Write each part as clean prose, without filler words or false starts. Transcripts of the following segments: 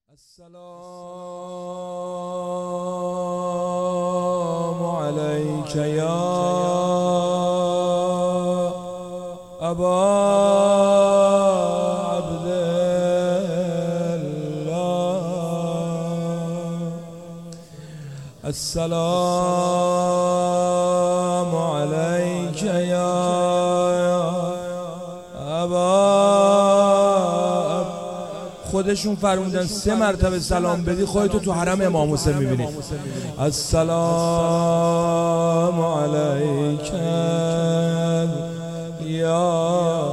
السلام عليك يا أبا عبد الله. السلام عليك يا أبا. خودشون فرمودن 3 مرتبه سلام بدی خودتو تو حرم امام حسین میبینی. السلام علیک یا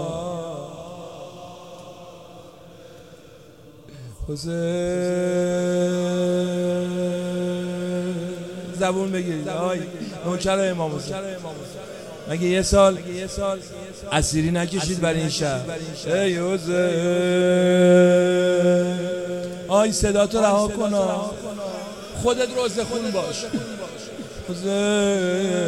حسین. زبون بگیرید آی نوکر امام حسین. مگه یه سال اسیری نکشید برای این شهر؟ ای حسین آی صدا تو رها کن، خودت روزه خون باش. حسین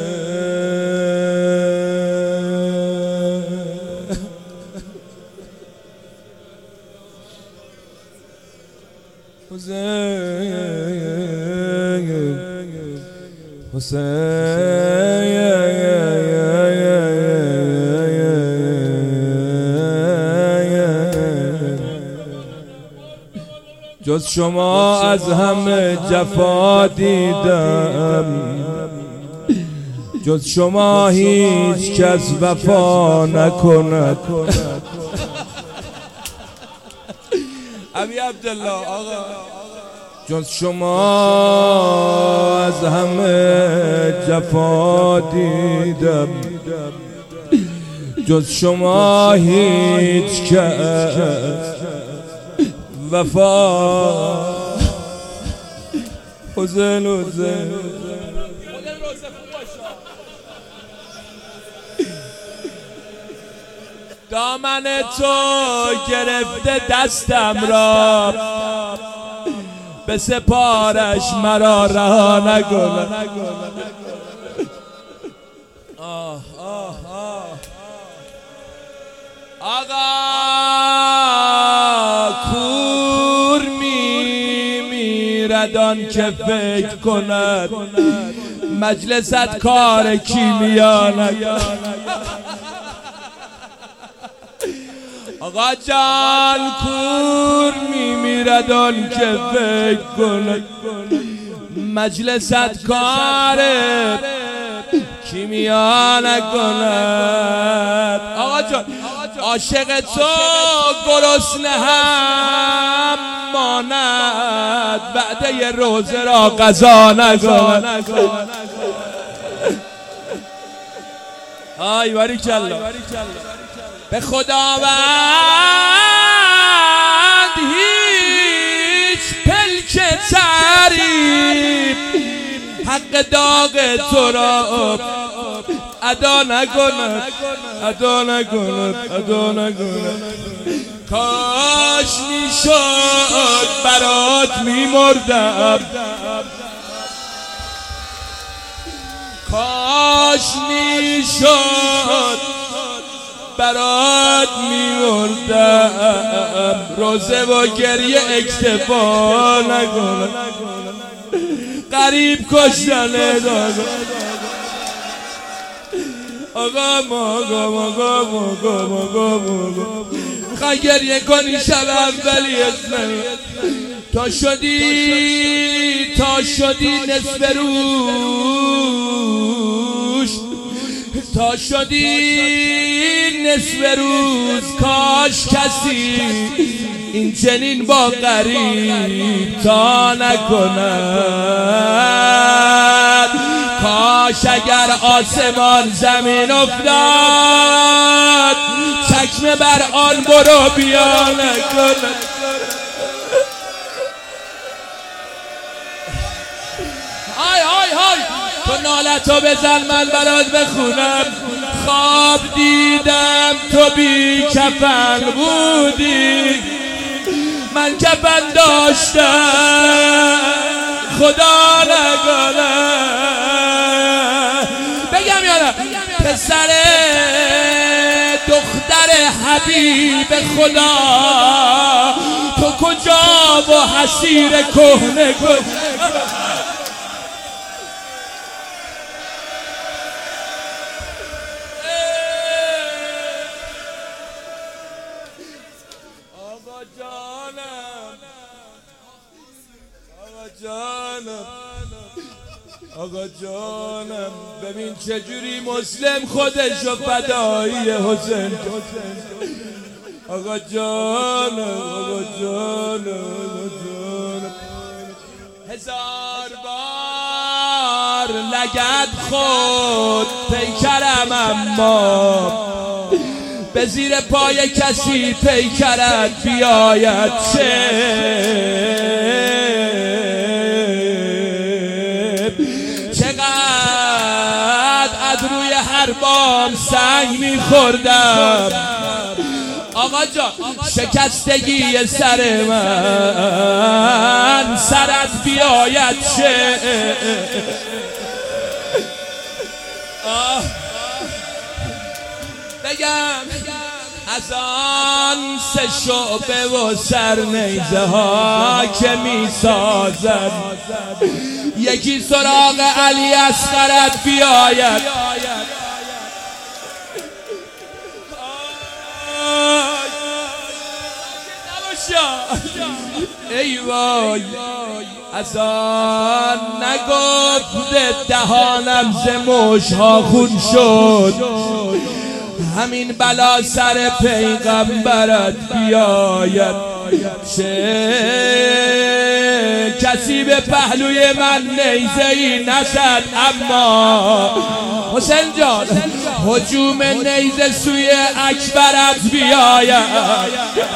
جز شما از همه جفا دیدم، جز شما هیچ کس وفا نکند. ابی عبدالله آقا. جز شما از همه جفا دیدم، جز شما هیچ کس وفا. حسین دامن تو گرفته دستم را، به سپارش مرا رها نکن. آقا کور میرد آن که فکر کند، مجلست کار کیمیا نکند. آقا جان کور میرد آن که فکر کند، مجلست کار کیمیا نکند. آقا جان عاشق تو گرسنه هم ماند، وعده روزه را قضا نکند. آی باریکالله. به خداوند هیچ پلک تعریف حق داغ تو را ادا نکند، ادا نکند، ادا نکند. کاش میشد برات میمردم، کاش میشد برات میمردم. روزه و گریه اکتفا نکنم، غریب کشتن داغ. آقا موگا میخوای گریه کنی شب اولی اسمی. تا شدی نصف روز، تا شدی نصف روز. کاش کسی این چنین با غریب تا نکند. کاش اگر آسمان زمین افتاد، چکمه بر آن برو بیا نکند. های های های تو نالتو بزن من برات بخونم. خواب دیدم تو بی کفن بودی، من کفن داشتم خدا نکنه. بگم یا نه؟ پسر دختر حبیب خدا تو کجا و حسیر کهنه کن. آقا جانم آقا جانم ببین چجوری مسلم خودشو فدایی حسین. آقا جانم هزار بار لگد خود پیکرم اما به زیر پای کسی پیکرت بیاید چه چقدر از روی هر بام سنگ میخوردم. آقا جان شکستگی سر من سرت بیاید چه بگم از آن سه شعبه و سرنیزه ها که می سازد یکی سراغ علی اصغرت بیاید. ای وای از آن نگفت دهانم ز مشها خون شد همین بلا سر پیغمبرت بیاید چه کسی به پهلوی من نیزه‌ای نزد اما حسین جان هجوم نیزه سوی اکبرت بیاید.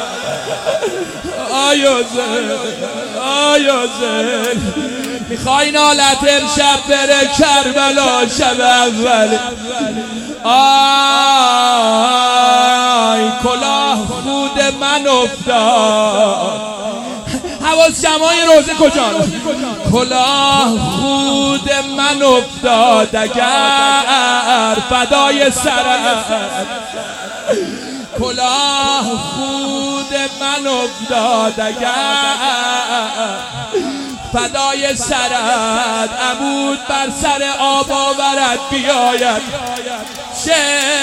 آیوزن میخوای نالت امشب بره کربلا شب اول. آی کلاه خود من افتاد حواس جمعای روزه کجا کلاه خود من افتاد اگر فدای سرت کلاه خود من افتاد اگر فدای سرت عمود بر سر آب آورد بیاید چه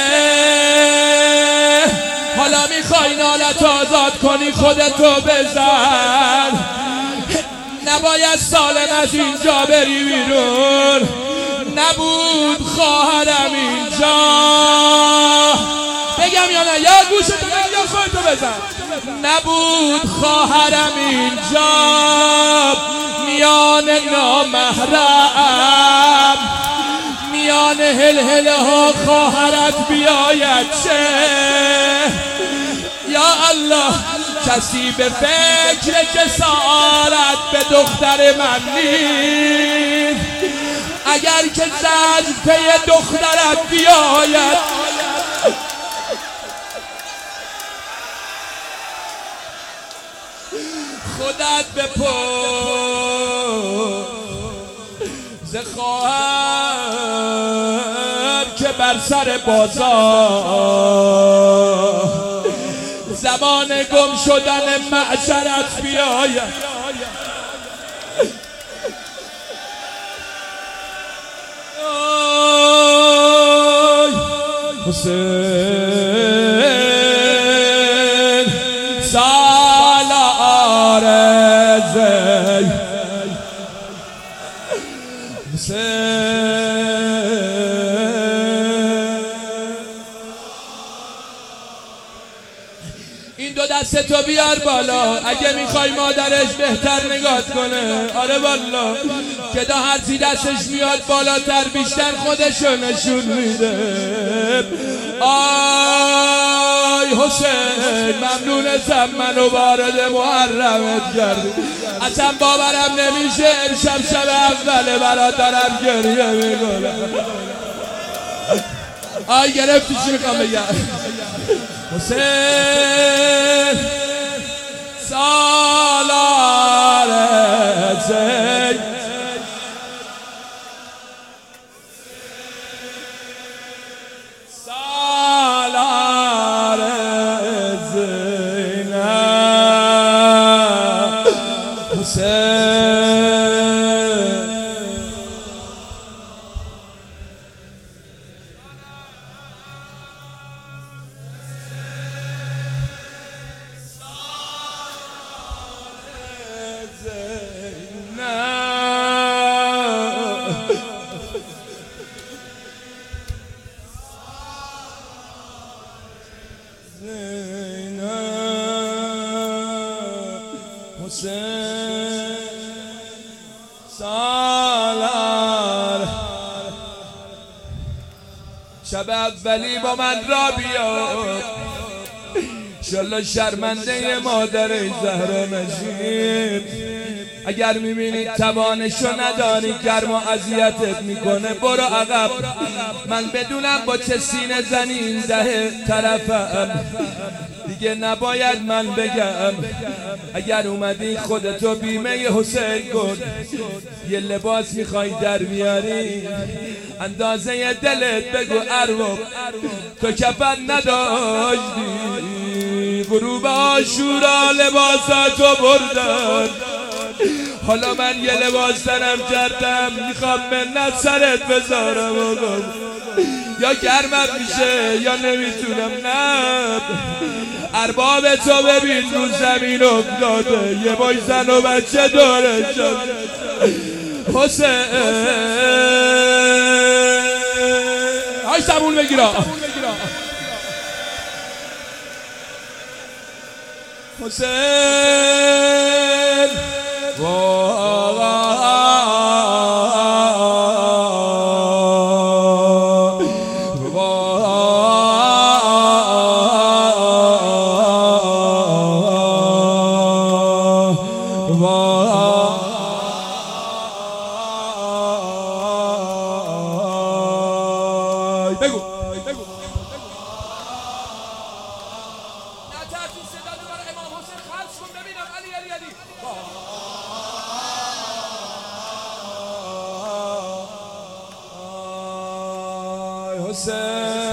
حالا میخوای نالت آزاد کنی خودتو بزن نباید سالم از اینجا بری بیرون نبود خواهرم اینجا بگم یا نه یا گوشتو بگم یا خودتو بزن نبود خواهرم اینجا میان نامحرم میان هلهله ها خواهرت بیاید چه یا الله کسی به فکر جسارت به دختر من نیست اگر که زجر پی دخترت بیاید خودت بپرس ز خواهر که بر سر بازار زمان گم شدن معشرت بیاید حسین سالار زی این دو دستتو بیار بالا اگه میخوای مادرش بهتر نگاه کنه آره والا که دا هرچی دستش میاد بالاتر بیشتر خودشو نشون میده آی حسین ممنونتم منو وارد محرمت کردی اصلا باورم نمیشه امشب شب اوله برات دارم گریه میکنم آی گرفتی چی میخوام بگم حسین سالار زی سالار زینب حسین سالار شب اولی با من را بیاد انشالله شرمنده مادر زهرا نشیم. اگر میبینید توانشو نداری گرم و اذیتت میکنه برو عقب. من بدونم با چه سینه زنی این ده طرفم دیگه نباید من بگم. اگر اومدی خودتو بیمه حسین کن. یه لباس میخوای در بیاری اندازه دلت بگو ارباب تو کفن نداشتی. غروب عاشورا لباساتو بردن حالا من یه لباس تنم کردم میخوام منت سرت بذارم آقا. یا گرمم میشه یا نمیتونم. نه ارباب تو ببین رو زمین افتاده یه بای زن و بچه داره شد. حسین های زبون بگیرا حسین بگو نترسون صدا رو برای امام حسین خلص کن ببینم. علی علی علی حسین